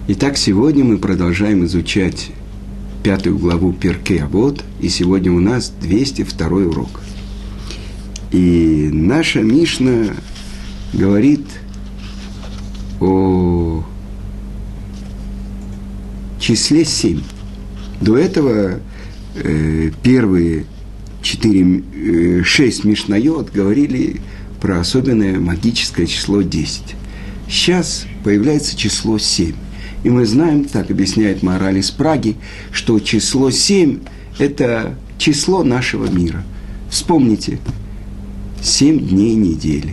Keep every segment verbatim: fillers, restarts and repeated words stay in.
Итак, сегодня мы продолжаем изучать пятую главу Перкей Авот, и сегодня у нас двести второй урок. И наша Мишна говорит о числе семь. До этого э, первые четыре, э, шесть Мишнайот говорили про особенное магическое число десять. Сейчас появляется число семь. И мы знаем, так объясняет Маораль из Праги, что число семь – это число нашего мира. Вспомните, семь дней недели.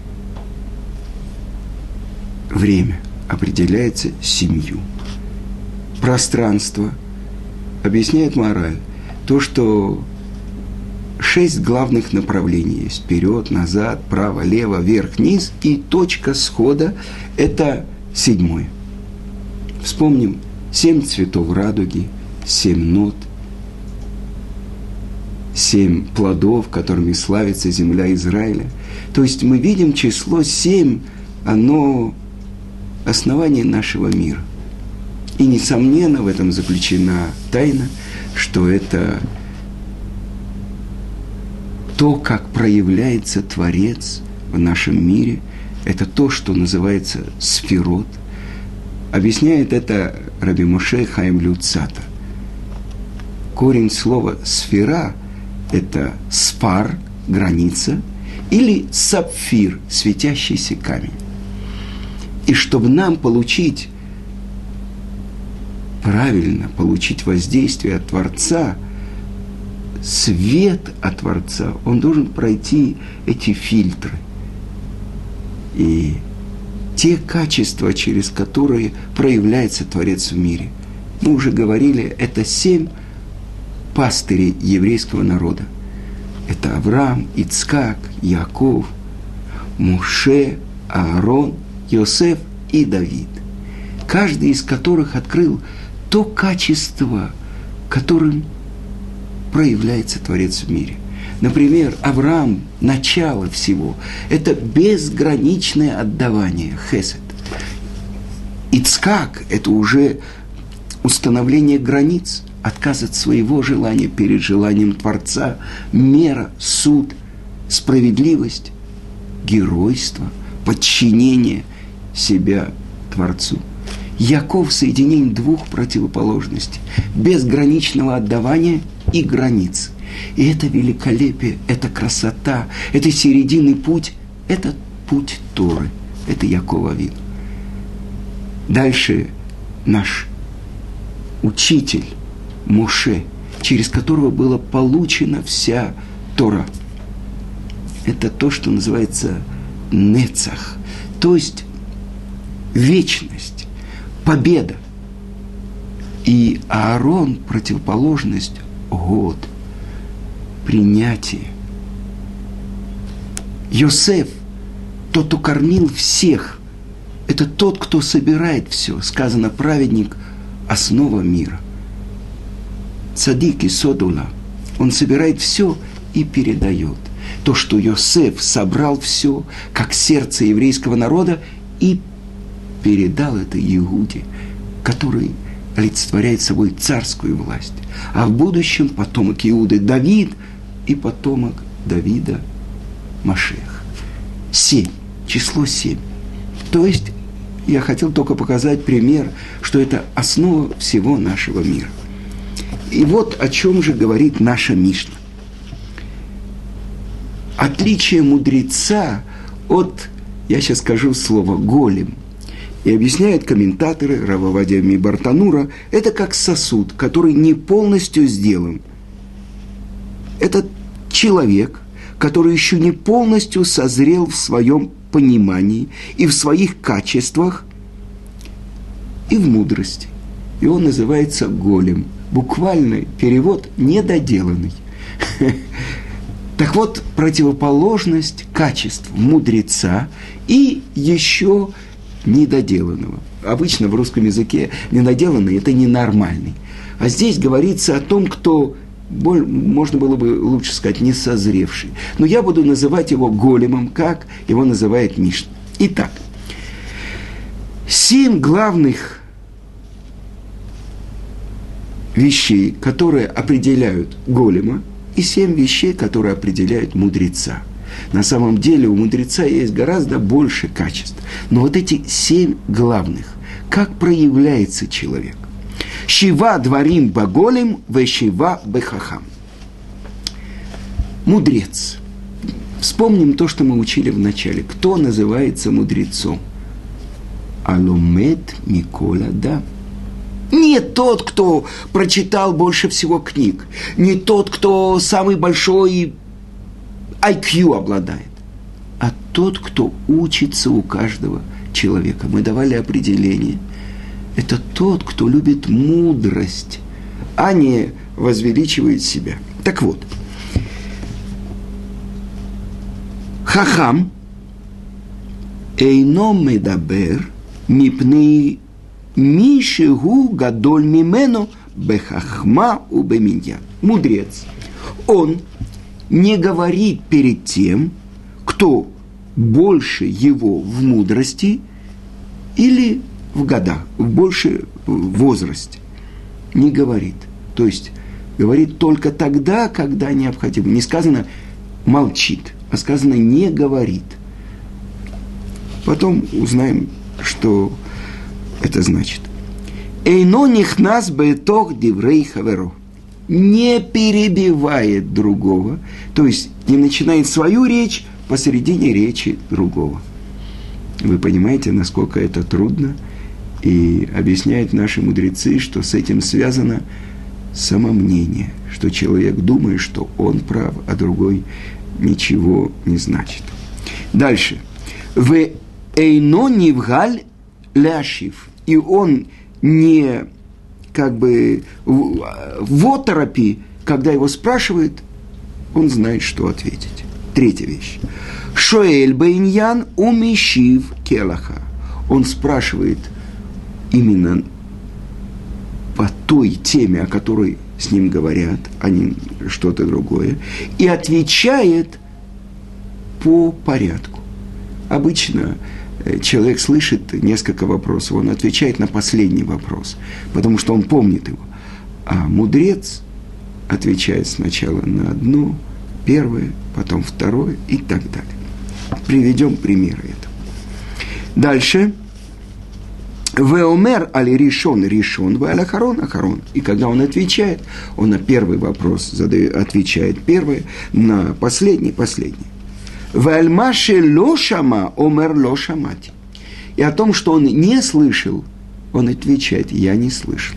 Время определяется семью. Пространство, объясняет Маораль, то, что шесть главных направлений есть. Вперед, назад, право, лево, вверх, вниз. И точка схода – это седьмое. Вспомним семь цветов радуги, семь нот, семь плодов, которыми славится земля Израиля. То есть мы видим число семь, оно основание нашего мира. И, несомненно, в этом заключена тайна, что это то, как проявляется Творец в нашем мире, это то, что называется сферот. Объясняет это Раби Моше Хаим Люцата. Корень слова «сфера» – это спар, граница, или сапфир, светящийся камень. И чтобы нам получить, правильно получить воздействие от Творца, свет от Творца, он должен пройти эти фильтры. И те качества, через которые проявляется Творец в мире. Мы уже говорили, это семь пастырей еврейского народа. Это Авраам, Ицхак, Яков, Моше, Аарон, Йосеф и Давид. Каждый из которых открыл то качество, которым проявляется Творец в мире. Например, Авраам – начало всего. Это безграничное отдавание, хесед. Ицхак – это уже установление границ, отказ от своего желания перед желанием Творца, мера, суд, справедливость, геройство, подчинение себя Творцу. Яков – соединение двух противоположностей, безграничного отдавания и границ. И это великолепие, это красота, это серединный путь, это путь Торы, это Яков Авину. Дальше наш учитель Моше, через которого была получена вся Тора. Это то, что называется нецах, то есть вечность, победа. И Аарон – противоположность год, принятие. Йосеф, тот, кто кормил всех, это тот, кто собирает все. Сказано, праведник – основа мира. Цадик и Содула, он собирает все и передает. То, что Йосеф собрал все, как сердце еврейского народа, и передал это Иуде, который олицетворяет собой царскую власть. А в будущем потомок Иуды Давид и потомок Давида Машиах. Семь. Число семь. То есть, я хотел только показать пример, что это основа всего нашего мира. И вот о чем же говорит наша Мишна. Отличие мудреца от, я сейчас скажу слово, голем. И объясняют комментаторы Рав Овадия Мибартанура, это как сосуд, который не полностью сделан. Это человек, который еще не полностью созрел в своем понимании и в своих качествах, и в мудрости. И он называется голем. Буквальный перевод «недоделанный». Так вот, противоположность качеств мудреца и еще недоделанного. Обычно в русском языке недоделанный – это ненормальный. А здесь говорится о том, кто, можно было бы лучше сказать, не созревший. Но я буду называть его големом, как его называет Мишна. Итак, семь главных вещей, которые определяют голема, и семь вещей, которые определяют мудреца. На самом деле у мудреца есть гораздо больше качеств. Но вот эти семь главных, как проявляется человек. Шива дворим баголем, вешива бехахам. Мудрец. Вспомним то, что мы учили в начале. Кто называется мудрецом? Аломед Микола, да. Не тот, кто прочитал больше всего книг. Не тот, кто самый большой ай кью обладает. А тот, кто учится у каждого человека. Мы давали определение. Это тот, кто любит мудрость, а не возвеличивает себя. Так вот. Хахам эйно медабер мипней мишегу гадоль мимену бехахма убеминьян. Мудрец. Он не говорит перед тем, кто больше его в мудрости или в годах, в больше в возрасте. Не говорит. То есть говорит только тогда, когда необходимо. Не сказано молчит, а сказано не говорит. Потом узнаем, что это значит. Эйно нихнас беэтох диврей хаверо. Не перебивает другого, то есть не начинает свою речь посередине речи другого. Вы понимаете, насколько это трудно? И объясняют наши мудрецы, что с этим связано самомнение, что человек думает, что он прав, а другой ничего не значит. Дальше. В эйно нивгаль ляшив. И он не как бы в, в оторопи, когда его спрашивают, он знает, что ответить. Третья вещь. Шоэль бейньян умешив келаха. Он спрашивает именно по той теме, о которой с ним говорят, а не что-то другое, и отвечает по порядку. Обычно человек слышит несколько вопросов, он отвечает на последний вопрос, потому что он помнит его. А мудрец отвечает сначала на одно, первое, потом второе и так далее. Приведем примеры этого. Дальше. Веомер али решон решон, ве аля харон ахарон. И когда он отвечает, он на первый вопрос задает, отвечает первый, на последний последний. Вальмаше лошама омер лошамати. И о том, что он не слышал, он отвечает: я не слышал.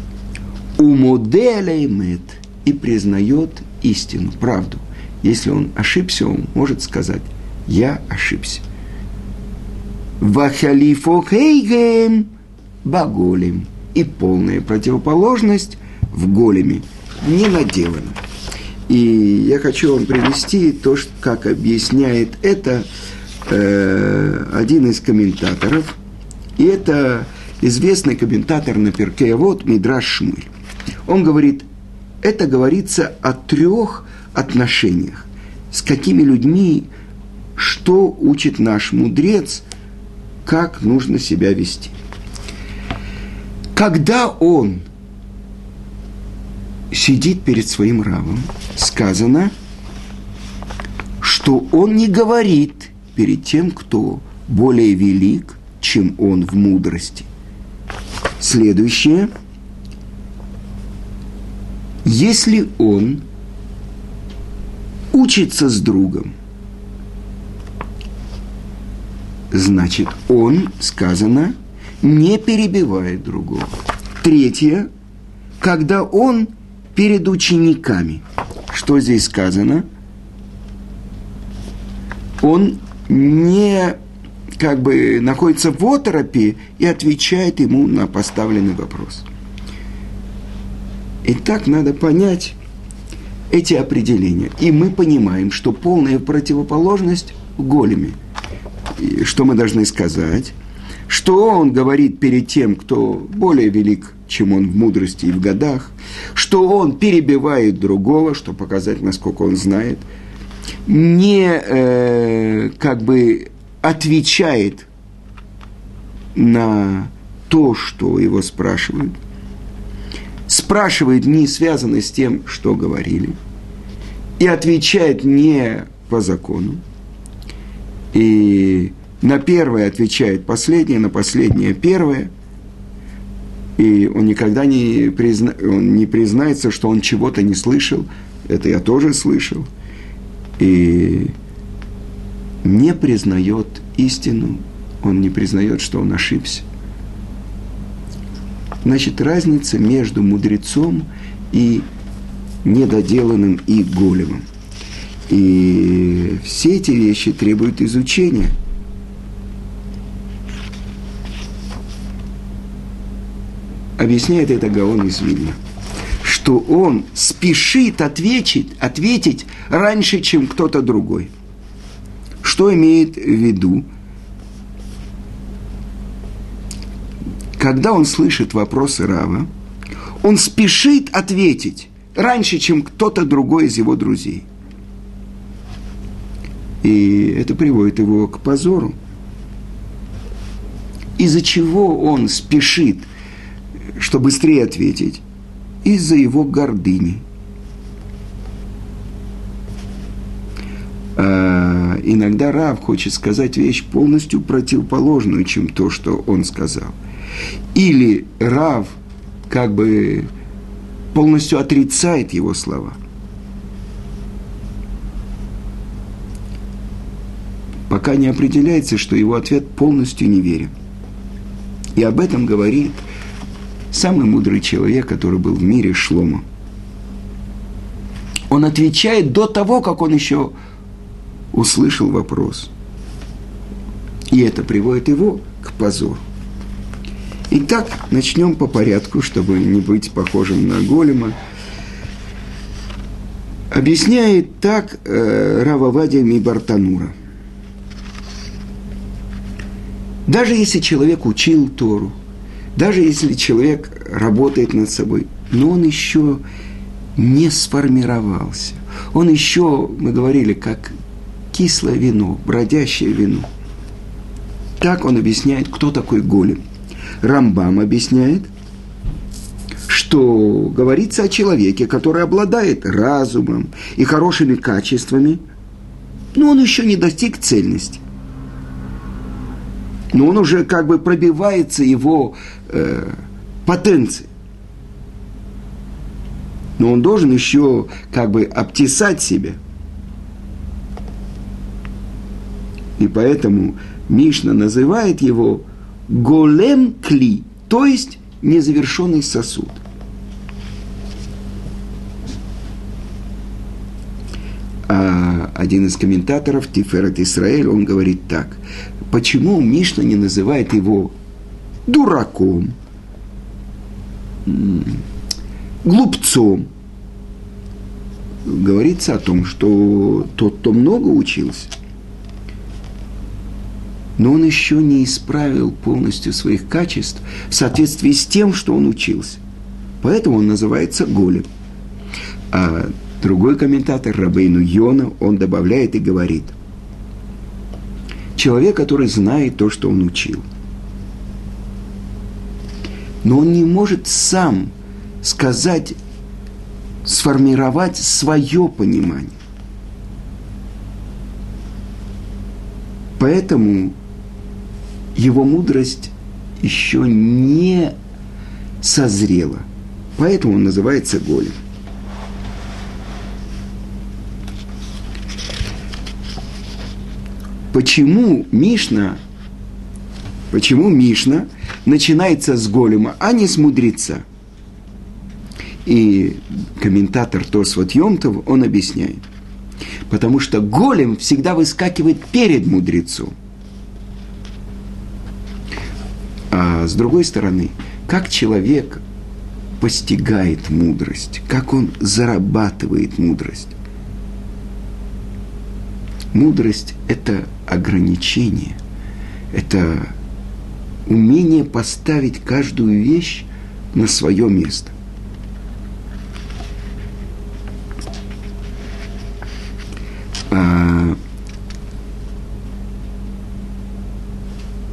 Умоделеймет. И признает истину, правду. Если он ошибся, он может сказать: я ошибся. Вахалифо хейгем баголем. И полная противоположность в големе, не наделана. И я хочу вам привести то, как объясняет это э, один из комментаторов. И это известный комментатор на Перкей Авот Мидраш Шмуэль. Он говорит, это говорится о трех отношениях. С какими людьми, что учит наш мудрец, как нужно себя вести. Когда он сидит перед своим равом, сказано, что он не говорит перед тем, кто более велик, чем он в мудрости. Следующее. Если он учится с другом, значит, он, сказано, не перебивает другого. Третье. Когда он перед учениками. Что здесь сказано? Он не как бы находится в оторопи и отвечает ему на поставленный вопрос. Итак, надо понять эти определения. И мы понимаем, что полная противоположность в големе. И что мы должны сказать? Что он говорит перед тем, кто более велик, чем он в мудрости и в годах, что он перебивает другого, чтобы показать, насколько он знает, не э, как бы отвечает на то, что его спрашивают. С спрашивает не связано с тем, что говорили, и отвечает не по закону, и на первое отвечает последнее, на последнее первое, и он никогда не, призна... он не признается, что он чего-то не слышал, это я тоже слышал, и не признает истину, он не признает, что он ошибся. Значит, разница между мудрецом и недоделанным и големом. И все эти вещи требуют изучения. Объясняет это Гаон из Вильна, что он спешит ответить, ответить раньше, чем кто-то другой. Что имеет в виду? Когда он слышит вопросы Рава, он спешит ответить раньше, чем кто-то другой из его друзей. И это приводит его к позору. Из-за чего он спешит, чтобы быстрее ответить? Из-за его гордыни. А иногда Рав хочет сказать вещь полностью противоположную, чем то, что он сказал. Или Рав как бы полностью отрицает его слова. Пока не определяется, что его ответ полностью неверен. И об этом говорит самый мудрый человек, который был в мире, Шломо. Он отвечает до того, как он еще услышал вопрос. И это приводит его к позору. Итак, начнем по порядку, чтобы не быть похожим на голема. Объясняет так э, Рав Овадия Мибартанура. Даже если человек учил Тору, даже если человек работает над собой, но он еще не сформировался. Он еще, мы говорили, как кислое вино, бродящее вино. Так он объясняет, кто такой голем. Рамбам объясняет, что говорится о человеке, который обладает разумом и хорошими качествами, но он еще не достиг цельности. Но он уже как бы пробивается его э, потенцией. Но он должен еще как бы обтесать себя. И поэтому Мишна называет его голем кли, то есть незавершенный сосуд. А один из комментаторов, Тиферет Исраэль, он говорит так. Почему Мишна не называет его дураком, глупцом? Говорится о том, что тот, кто много учился, но он еще не исправил полностью своих качеств в соответствии с тем, что он учился. Поэтому он называется голем. А другой комментатор, Рабейну Йона, он добавляет и говорит: человек, который знает то, что он учил, но он не может сам сказать, сформировать свое понимание. Поэтому его мудрость еще не созрела. Поэтому он называется голем. Почему Мишна, почему Мишна начинается с голема, а не с мудреца? И комментатор Тосфот Йом-Тов, он объясняет. Потому что голем всегда выскакивает перед мудрецом. А с другой стороны, как человек постигает мудрость, как он зарабатывает мудрость? Мудрость – это ограничение, это умение поставить каждую вещь на свое место. А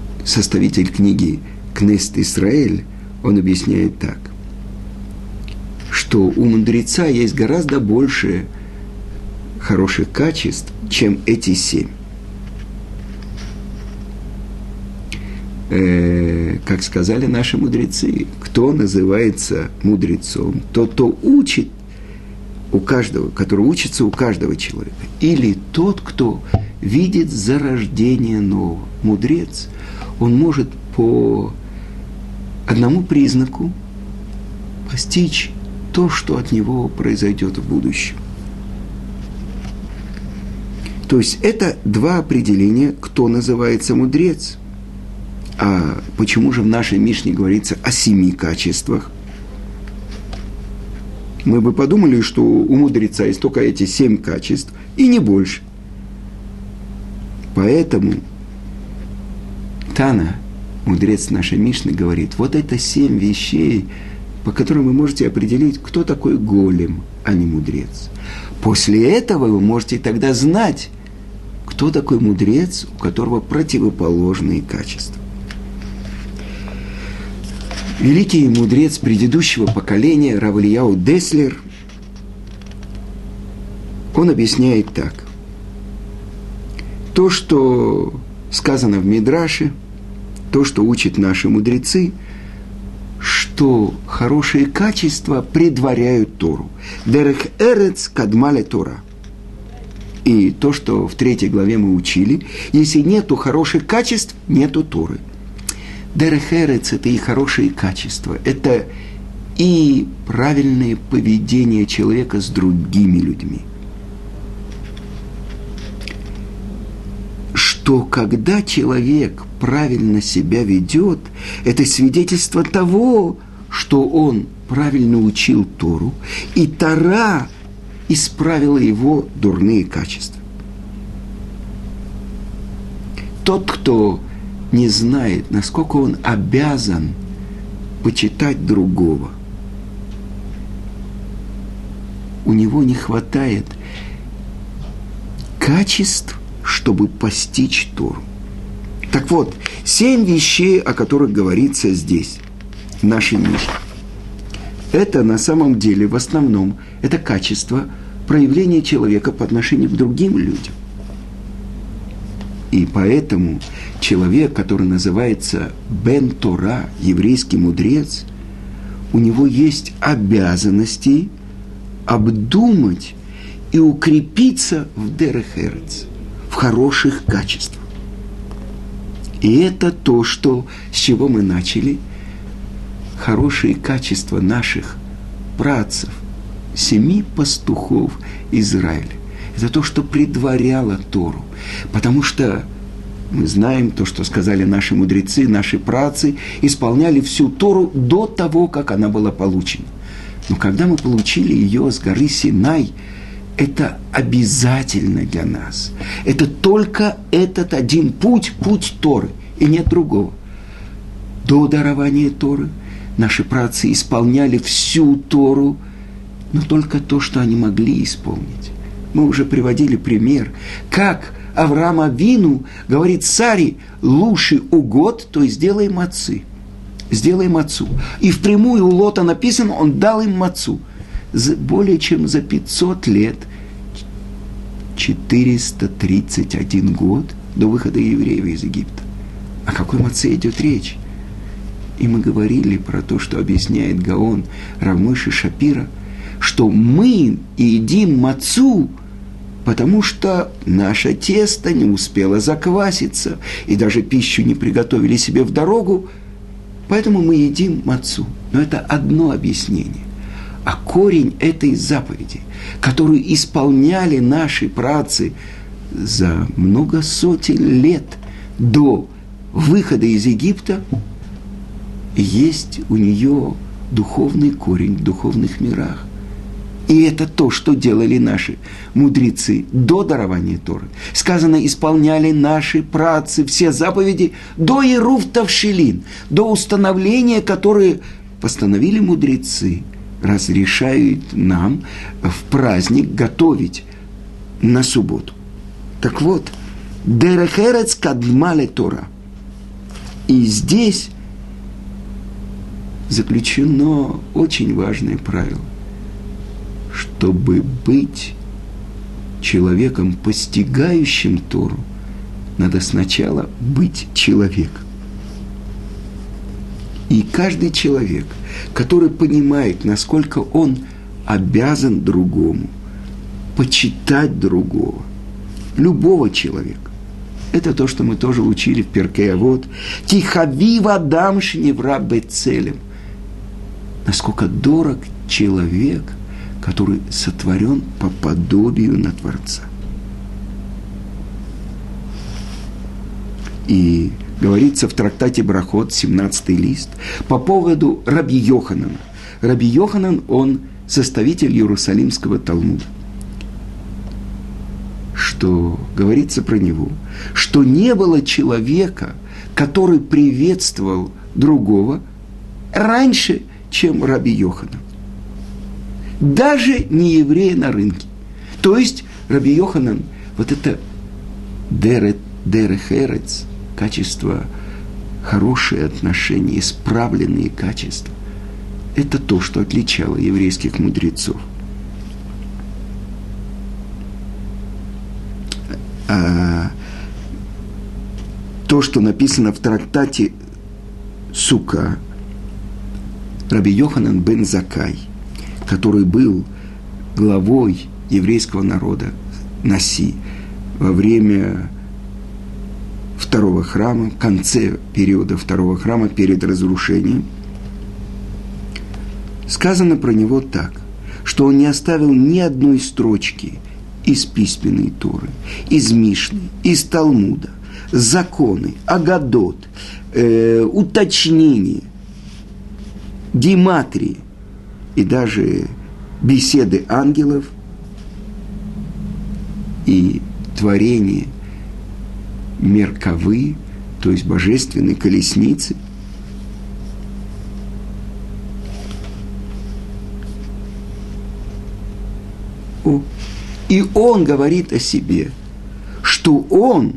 составитель книги «Кнессет Исраэль», он объясняет так. что у мудреца есть гораздо больше хороших качеств, чем эти семь. Э, как сказали наши мудрецы, кто называется мудрецом, тот, кто учит у каждого, который учится у каждого человека, или тот, кто видит зарождение нового. Мудрец, он может по одному признаку постичь то, что от него произойдет в будущем. То есть это два определения, кто называется мудрец. А почему же в нашей Мишне говорится о семи качествах? Мы бы подумали, что у мудреца есть только эти семь качеств, и не больше. Поэтому Тана, мудрец нашей Мишны, говорит, вот это семь вещей, по которым вы можете определить, кто такой голем, а не мудрец. После этого вы можете тогда знать, кто такой мудрец, у которого противоположные качества. Великий мудрец предыдущего поколения Рав Элияу Деслер, он объясняет так. То, что сказано в Мидраше, то, что учат наши мудрецы, что хорошие качества предваряют Тору. Дерех эрец кадмале Тора. И то, что в третьей главе мы учили, если нету хороших качеств, нету Торы. Дерех эрец – это и хорошие качества, это и правильное поведение человека с другими людьми. Что когда человек правильно себя ведет, это свидетельство того, что он правильно учил Тору, и Тора исправила его дурные качества. Тот, кто не знает, насколько он обязан почитать другого, у него не хватает качеств, чтобы постичь Тору. Так вот, семь вещей, о которых говорится здесь, в нашей Мишне. Это на самом деле, в основном, это качество проявления человека по отношению к другим людям. И поэтому человек, который называется Бен Тора, еврейский мудрец, у него есть обязанности обдумать и укрепиться в дерех эрец, в хороших качествах. И это то, что, с чего мы начали. Хорошие качества наших працев, семи пастухов Израиля. Это то, что предваряло Тору. Потому что мы знаем то, что сказали наши мудрецы, наши праотцы, исполняли всю Тору до того, как она была получена. Но когда мы получили ее с горы Синай, это обязательно для нас. Это только этот один путь, путь Торы, и нет другого. До дарования Торы наши праотцы исполняли всю Тору, но только то, что они могли исполнить. Мы уже приводили пример, как Авраам Авину говорит Саре: лучший угод, то есть сделай мацы, сделай мацу. И впрямую у Лота написано, он дал им мацу. Более чем за пятьсот лет, четыреста тридцать один год до выхода евреев из Египта. О какой маце идет речь? И мы говорили про то, что объясняет Гаон Рав Мойше Шапира, что мы едим мацу, потому что наше тесто не успело закваситься, и даже пищу не приготовили себе в дорогу, поэтому мы едим мацу. Но это одно объяснение. А корень этой заповеди, которую исполняли наши праотцы за много сотен лет до выхода из Египта, есть у нее духовный корень в духовных мирах. И это то, что делали наши мудрецы до дарования Торы. Сказано, исполняли наши праотцы все заповеди до Ерув Тавшилин, до установления, которые постановили мудрецы, разрешают нам в праздник готовить на субботу. Так вот, дерех эрец кадмале Тора. И здесь заключено очень важное правило. чтобы быть человеком, постигающим Тору, надо сначала быть человеком. И каждый человек, который понимает, насколько он обязан другому, почитать другого, любого человека, это то, что мы тоже учили в Перкей Авот. Тихави вадам шневра бецелем. Насколько дорог человек, который сотворен по подобию на Творца. И говорится в трактате Брахот, семнадцатый лист, по поводу Раби Йоханана. Раби Йоханан, он составитель Иерусалимского Талмуда. Что говорится про него, что не было человека, который приветствовал другого раньше, чем Раби Йоханан. Даже не евреи на рынке. То есть Раби Йоханан, вот это дерет, дерехерец, качество, хорошие отношения, исправленные качества, это то, что отличало еврейских мудрецов. А то, что написано в трактате Сука, Раби Йоханан бен Заккай, который был главой еврейского народа, Наси, во время второго храма, в конце периода второго храма, перед разрушением, сказано про него так, что он не оставил ни одной строчки из письменной Торы, из Мишны, из Талмуда, законы, агадот, э, уточнения, гематрии и даже беседы ангелов и творение меркавы, то есть божественной колесницы. О, и он говорит о себе, что он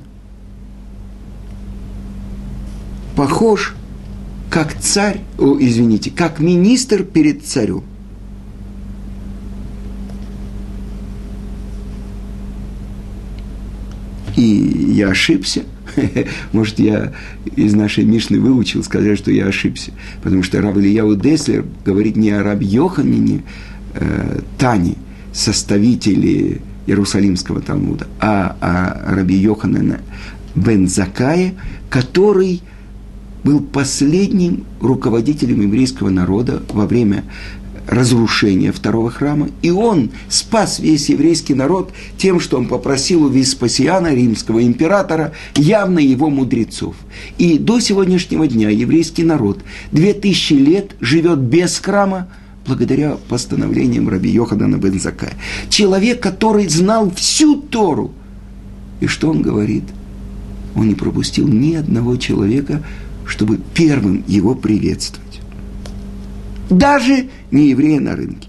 похож как царь, о, извините, как министр перед царем. И я ошибся. Может, я из нашей Мишны выучил сказать, что я ошибся. Потому что Рав Ильяу Деслер говорит не о Раби Йоханине э, Тане, составителе Иерусалимского Талмуда, а о Раби Йоханане бен Заккае, который был последним руководителем еврейского народа во время разрушения второго храма, и он спас весь еврейский народ тем, что он попросил у Веспасиана, римского императора, явно его мудрецов. И до сегодняшнего дня еврейский народ две тысячи лет живет без храма, благодаря постановлениям Раби Йоханана бен Заккая. Человек, который знал всю Тору. И что он говорит? Он не пропустил ни одного человека, чтобы первым его приветствовать. Даже не еврея на рынке.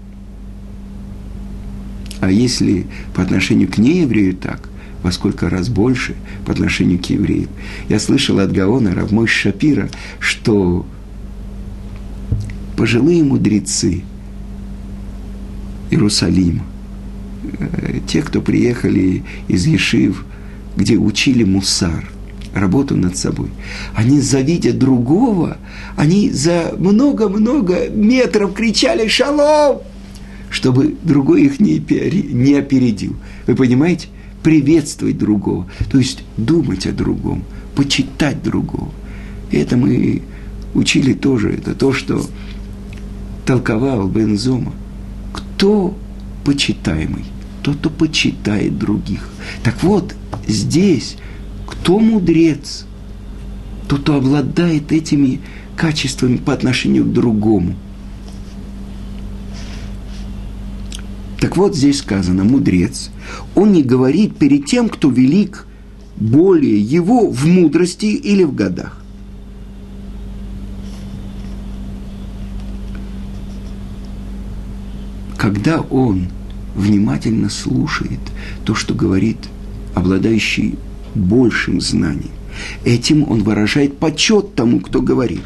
А если по отношению к нееврею так, во сколько раз больше по отношению к еврею? Я слышал от Гаона Рав Мойше Шапира, что пожилые мудрецы Иерусалима, те, кто приехали из Ешив, где учили мусар, работу над собой, они, завидя другого, они за много-много метров кричали «Шалом!», чтобы другой их не опередил. Вы понимаете? Приветствовать другого, то есть думать о другом, почитать другого. И это мы учили тоже, это то, что толковал Бен Зома. Кто почитаемый? Тот, кто почитает других. Так вот, здесь кто мудрец? Тот, кто обладает этими качествами по отношению к другому. Так вот, здесь сказано, мудрец, он не говорит перед тем, кто велик более его в мудрости или в годах. Когда он внимательно слушает то, что говорит обладающий большим знанием, этим он выражает почет тому, кто говорит.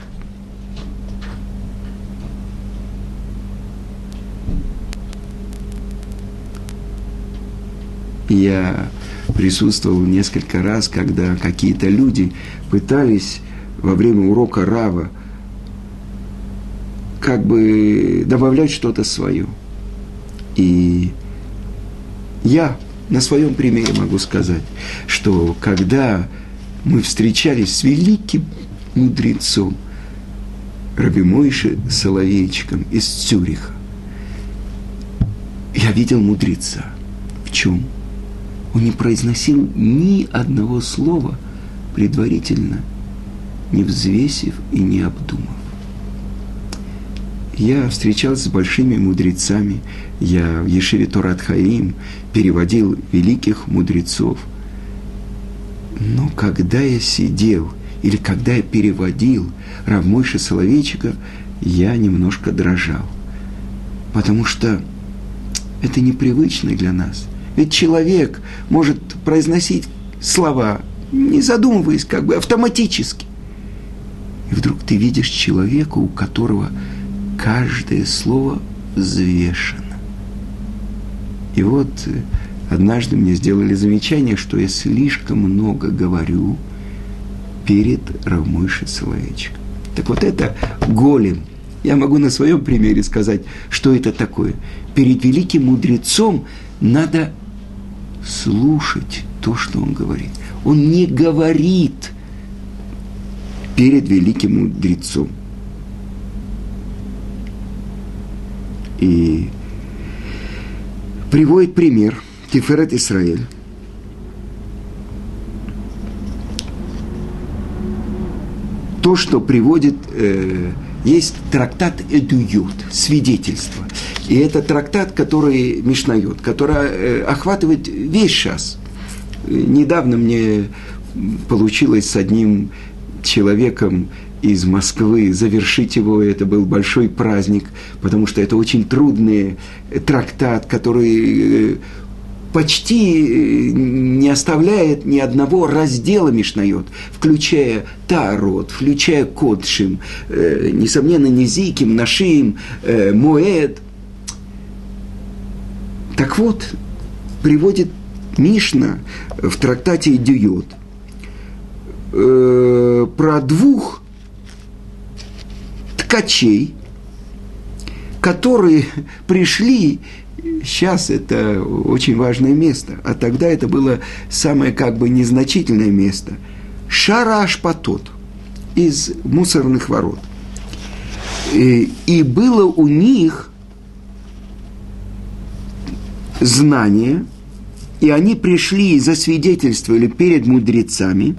Я присутствовал несколько раз, когда какие-то люди пытались во время урока Рава как бы добавлять что-то свое. И я на своем примере могу сказать, что когда мы встречались с великим мудрецом Раби Мойше Соловейчиком из Цюриха, я видел мудреца. В чем? Он не произносил ни одного слова предварительно, не взвесив и не обдумав. Я встречался с большими мудрецами, я в Ешиве Торат Хаим переводил великих мудрецов. Но когда я сидел, или когда я переводил Рав Мойше Соловейчика, я немножко дрожал. Потому что это непривычно для нас. Ведь человек может произносить слова, не задумываясь, как бы автоматически. И вдруг ты видишь человека, у которого каждое слово взвешено. И вот однажды мне сделали замечание, что я слишком много говорю перед Рав Мойше Соловейчиком. Так вот это голем. Я могу на своем примере сказать, что это такое. Перед великим мудрецом надо слушать то, что он говорит. Он не говорит перед великим мудрецом. И приводит пример Тиферет Исраэль. То, что приводит, э, есть трактат Эдуйот, свидетельство. И это трактат, который Мишнайот, который э, охватывает весь шас. Недавно мне получилось с одним человеком из Москвы завершить его, это был большой праздник, потому что это очень трудный трактат, который почти не оставляет ни одного раздела Мишнайот, включая Таарот, включая Кодшим, э, несомненно, Низиким, Нашим, э, Моэд. Так вот, приводит Мишна в трактате Эдуйот э, про двух ткачей, которые пришли. Сейчас это очень важное место, а тогда это было самое как бы незначительное место. Шара Ашпатот из мусорных ворот. И, и было у них знание, и они пришли и засвидетельствовали перед мудрецами,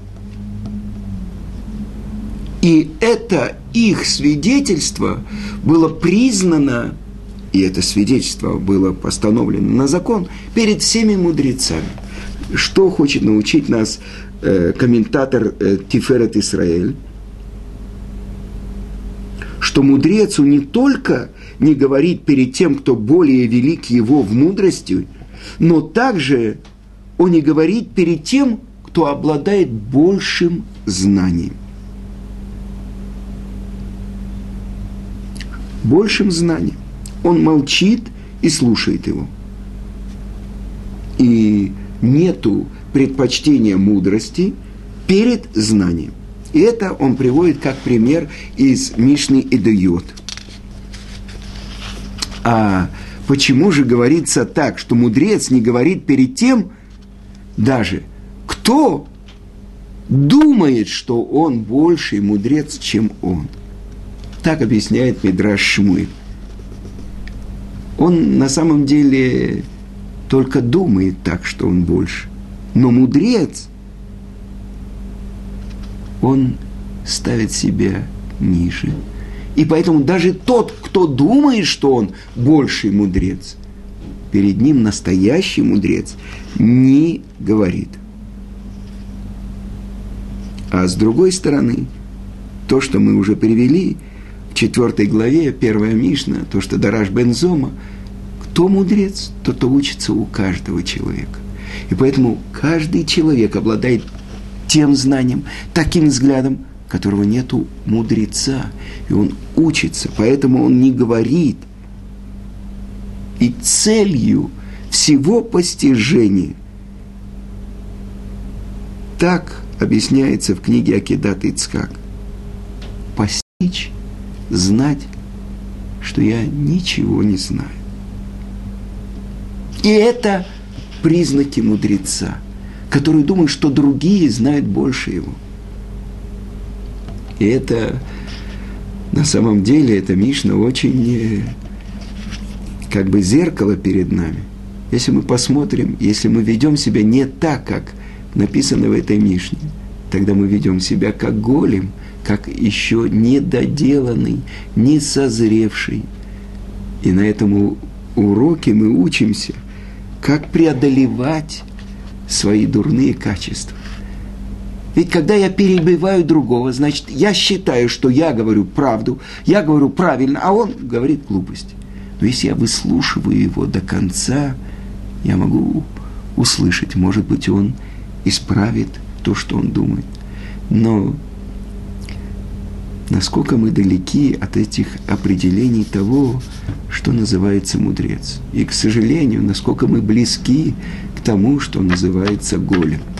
и это их свидетельство было признано, и это свидетельство было постановлено на закон перед всеми мудрецами. Что хочет научить нас э, комментатор э, Тиферет Исраэль? Что мудрец, он не только не говорит перед тем, кто более велик его в мудрости, но также он не говорит перед тем, кто обладает большим знанием. Большим знанием. Он молчит и слушает его. И нету предпочтения мудрости перед знанием. И это он приводит как пример из Мишны Эдуйот. А почему же говорится так, что мудрец не говорит перед тем, даже кто думает, что он больший мудрец, чем он? Так объясняет Мидраш Шмуэль. Он на самом деле только думает так, что он больше. Но мудрец, он ставит себя ниже. И поэтому даже тот, кто думает, что он больший мудрец, перед ним настоящий мудрец не говорит. А с другой стороны, то, что мы уже перевели в четвертой главе, первая Мишна, то, что Дараш бен Зома, кто мудрец, тот, кто учится у каждого человека. И поэтому каждый человек обладает тем знанием, таким взглядом, которого нету мудреца. И он учится, поэтому он не говорит. И целью всего постижения. Так объясняется в книге Акидат Ицхак. Постичь, знать, что я ничего не знаю. И это признаки мудреца, который думает, что другие знают больше его. И это, на самом деле, эта Мишна очень как бы зеркало перед нами. Если мы посмотрим, если мы ведем себя не так, как написано в этой Мишне, тогда мы ведем себя как голем, как еще недоделанный, не созревший. И на этом уроке мы учимся, как преодолевать свои дурные качества. Ведь когда я перебиваю другого, значит, я считаю, что я говорю правду, я говорю правильно, а он говорит глупость. Но если я выслушиваю его до конца, я могу услышать, может быть, он исправит то, что он думает. Но насколько мы далеки от этих определений того, что называется мудрец. И, к сожалению, насколько мы близки к тому, что называется голем.